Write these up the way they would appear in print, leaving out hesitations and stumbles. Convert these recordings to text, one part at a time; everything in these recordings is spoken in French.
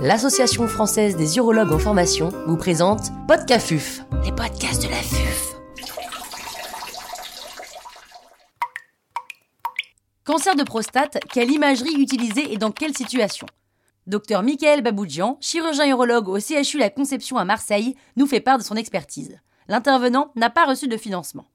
l'Association française des urologues en formation vous présente Podcafuf, les podcasts de la FUF. Cancer de prostate, quelle imagerie utiliser et dans quelle situation ? Docteur Mickaël Baboudjian, chirurgien urologue au CHU La Conception à Marseille, nous fait part de son expertise. L'intervenant n'a pas reçu de financement.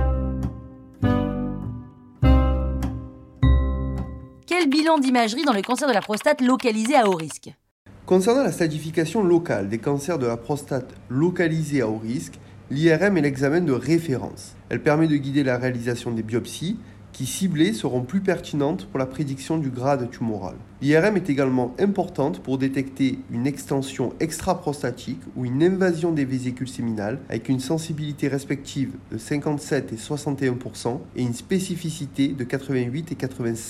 Quel bilan d'imagerie dans le cancer de la prostate localisé à haut risque ? Concernant la stadification locale des cancers de la prostate localisés à haut risque, l'IRM est l'examen de référence. Elle permet de guider la réalisation des biopsies qui, ciblées, seront plus pertinentes pour la prédiction du grade tumoral. L'IRM est également importante pour détecter une extension extra-prostatique ou une invasion des vésicules séminales avec une sensibilité respective de 57 et 61% et une spécificité de 88 et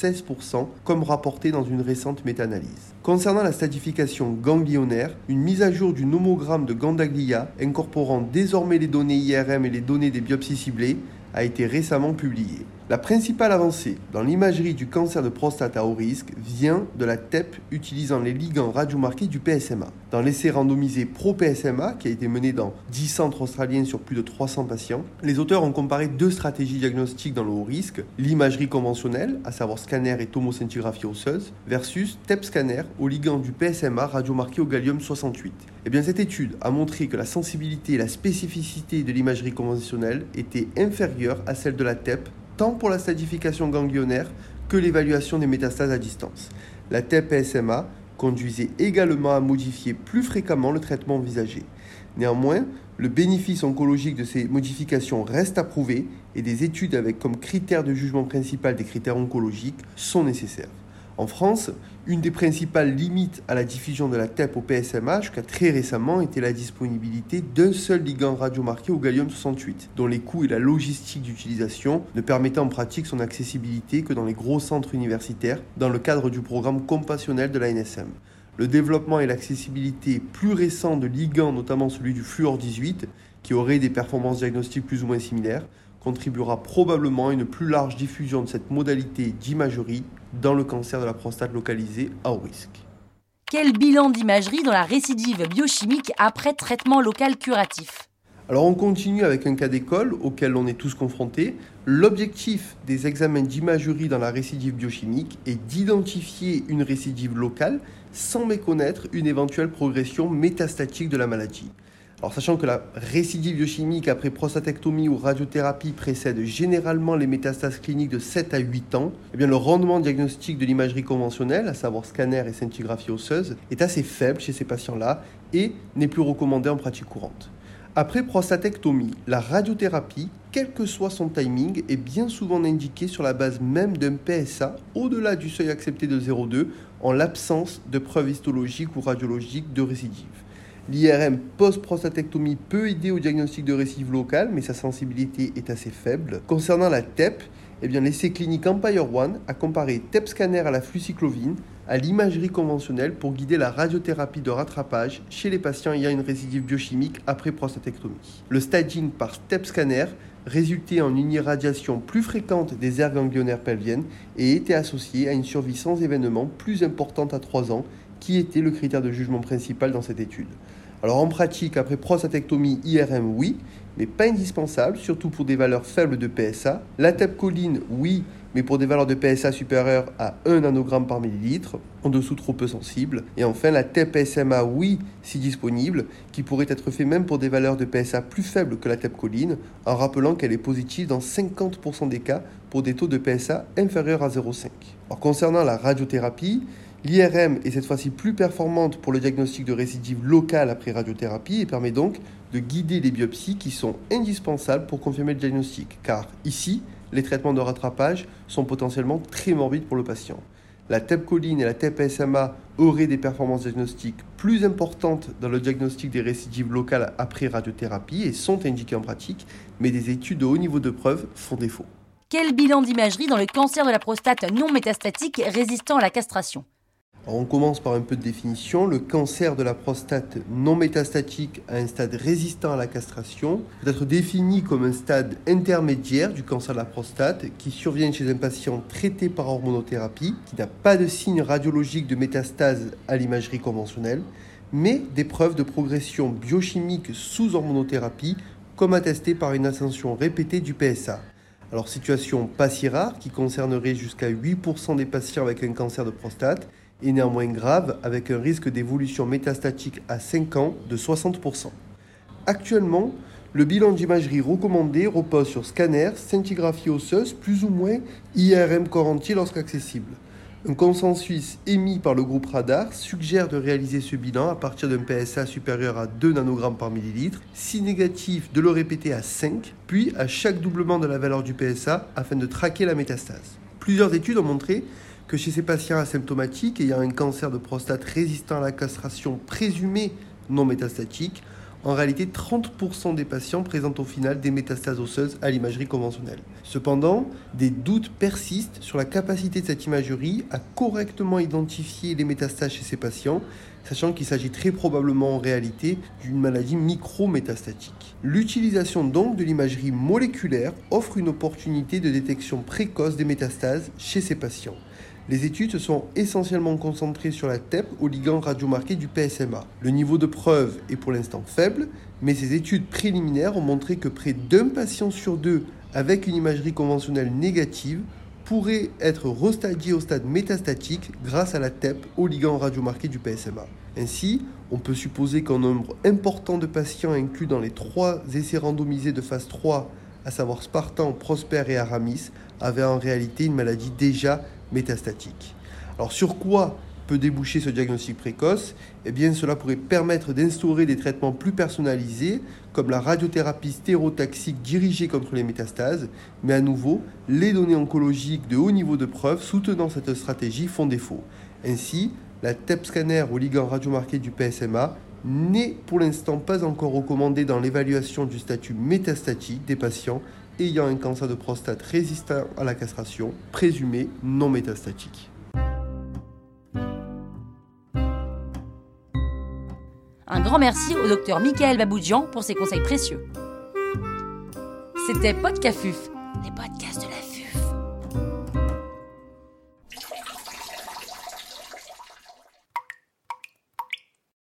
96% comme rapporté dans une récente méta-analyse. Concernant la stadification ganglionnaire, une mise à jour du nomogramme de Gandaglia incorporant désormais les données IRM et les données des biopsies ciblées a été récemment publiée. La principale avancée dans l'imagerie du cancer de prostate à haut risque vient de la TEP utilisant les ligands radiomarqués du PSMA. Dans l'essai randomisé pro-PSMA qui a été mené dans 10 centres australiens sur plus de 300 patients, les auteurs ont comparé deux stratégies diagnostiques dans le haut risque, l'imagerie conventionnelle, à savoir scanner et tomoscintigraphie osseuse, versus TEP scanner au ligand du PSMA radiomarqué au gallium-68. Et bien cette étude a montré que la sensibilité et la spécificité de l'imagerie conventionnelle étaient inférieures à celle de la TEP, tant pour la stadification ganglionnaire que l'évaluation des métastases à distance. La TEP-PSMA conduisait également à modifier plus fréquemment le traitement envisagé. Néanmoins, le bénéfice oncologique de ces modifications reste à prouver et des études avec comme critère de jugement principal des critères oncologiques sont nécessaires. En France, une des principales limites à la diffusion de la TEP au PSMA jusqu'à très récemment était la disponibilité d'un seul ligand radiomarqué au gallium-68, dont les coûts et la logistique d'utilisation ne permettaient en pratique son accessibilité que dans les gros centres universitaires dans le cadre du programme compassionnel de l'ANSM. Le développement et l'accessibilité plus récents de ligands, notamment celui du fluor 18, qui aurait des performances diagnostiques plus ou moins similaires, contribuera probablement à une plus large diffusion de cette modalité d'imagerie dans le cancer de la prostate localisé à haut risque. Quel bilan d'imagerie dans la récidive biochimique après traitement local curatif ? Alors on continue avec un cas d'école auquel on est tous confrontés. L'objectif des examens d'imagerie dans la récidive biochimique est d'identifier une récidive locale sans méconnaître une éventuelle progression métastatique de la maladie. Alors, sachant que la récidive biochimique après prostatectomie ou radiothérapie précède généralement les métastases cliniques de 7 à 8 ans, eh bien, le rendement diagnostique de l'imagerie conventionnelle, à savoir scanner et scintigraphie osseuse, est assez faible chez ces patients-là et n'est plus recommandé en pratique courante. Après prostatectomie, la radiothérapie, quel que soit son timing, est bien souvent indiquée sur la base même d'un PSA au-delà du seuil accepté de 0,2 en l'absence de preuves histologiques ou radiologiques de récidive. L'IRM post-prostatectomie peut aider au diagnostic de récidive locale, mais sa sensibilité est assez faible. Concernant la TEP, l'essai clinique Empire One a comparé TEP scanner à la flucyclovine à l'imagerie conventionnelle pour guider la radiothérapie de rattrapage chez les patients ayant une récidive biochimique après prostatectomie. Le staging par TEP scanner résultait en une irradiation plus fréquente des aires ganglionnaires pelviennes et était associé à une survie sans événement plus importante à 3 ans, qui était le critère de jugement principal dans cette étude. Alors en pratique, après prostatectomie, IRM, oui, mais pas indispensable, surtout pour des valeurs faibles de PSA. La TEP-choline, oui, mais pour des valeurs de PSA supérieures à 1 nanogramme par millilitre, en dessous trop peu sensible. Et enfin, la TEP-SMA, oui, si disponible, qui pourrait être fait même pour des valeurs de PSA plus faibles que la TEP-choline, en rappelant qu'elle est positive dans 50% des cas pour des taux de PSA inférieurs à 0,5. Alors concernant la radiothérapie, l'IRM est cette fois-ci plus performante pour le diagnostic de récidive locale après radiothérapie et permet donc de guider les biopsies qui sont indispensables pour confirmer le diagnostic, car ici, les traitements de rattrapage sont potentiellement très morbides pour le patient. La TEP-choline et la TEP-SMA auraient des performances diagnostiques plus importantes dans le diagnostic des récidives locales après radiothérapie et sont indiquées en pratique, mais des études de haut niveau de preuve font défaut. Quel bilan d'imagerie dans le cancer de la prostate non métastatique résistant à la castration ? Alors, on commence par un peu de définition. Le cancer de la prostate non métastatique à un stade résistant à la castration peut être défini comme un stade intermédiaire du cancer de la prostate qui survient chez un patient traité par hormonothérapie, qui n'a pas de signe radiologique de métastase à l'imagerie conventionnelle, mais des preuves de progression biochimique sous hormonothérapie, comme attesté par une ascension répétée du PSA. Alors, situation pas si rare, qui concernerait jusqu'à 8% des patients avec un cancer de prostate, et néanmoins grave, avec un risque d'évolution métastatique à 5 ans de 60%. Actuellement, le bilan d'imagerie recommandé repose sur scanner, scintigraphie osseuse, plus ou moins IRM corps entier lorsqu'accessible. Un consensus émis par le groupe Radar suggère de réaliser ce bilan à partir d'un PSA supérieur à 2 nanogrammes par millilitre, si négatif de le répéter à 5, puis à chaque doublement de la valeur du PSA afin de traquer la métastase. Plusieurs études ont montré que chez ces patients asymptomatiques ayant un cancer de prostate résistant à la castration présumée non métastatique, en réalité 30% des patients présentent au final des métastases osseuses à l'imagerie conventionnelle. Cependant, des doutes persistent sur la capacité de cette imagerie à correctement identifier les métastases chez ces patients, sachant qu'il s'agit très probablement en réalité d'une maladie micro-métastatique. L'utilisation donc de l'imagerie moléculaire offre une opportunité de détection précoce des métastases chez ces patients. Les études se sont essentiellement concentrées sur la TEP au ligand radiomarqué du PSMA. Le niveau de preuve est pour l'instant faible, mais ces études préliminaires ont montré que près d'un patient sur deux avec une imagerie conventionnelle négative pourrait être restadié au stade métastatique grâce à la TEP au ligand radiomarqué du PSMA. Ainsi, on peut supposer qu'un nombre important de patients inclus dans les 3 essais randomisés de phase 3, à savoir Spartan, Prosper et Aramis, avaient en réalité une maladie déjà métastatique. Alors sur quoi peut déboucher ce diagnostic précoce ? Eh bien cela pourrait permettre d'instaurer des traitements plus personnalisés comme la radiothérapie stéréotaxique dirigée contre les métastases, mais à nouveau, les données oncologiques de haut niveau de preuve soutenant cette stratégie font défaut. Ainsi, la TEP scanner au ligand radiomarqué du PSMA n'est pour l'instant pas encore recommandée dans l'évaluation du statut métastatique des patients ayant un cancer de prostate résistant à la castration, présumé non métastatique. Un grand merci au docteur Mickaël Baboudjian pour ses conseils précieux. C'était Podcafuf, les podcasts de la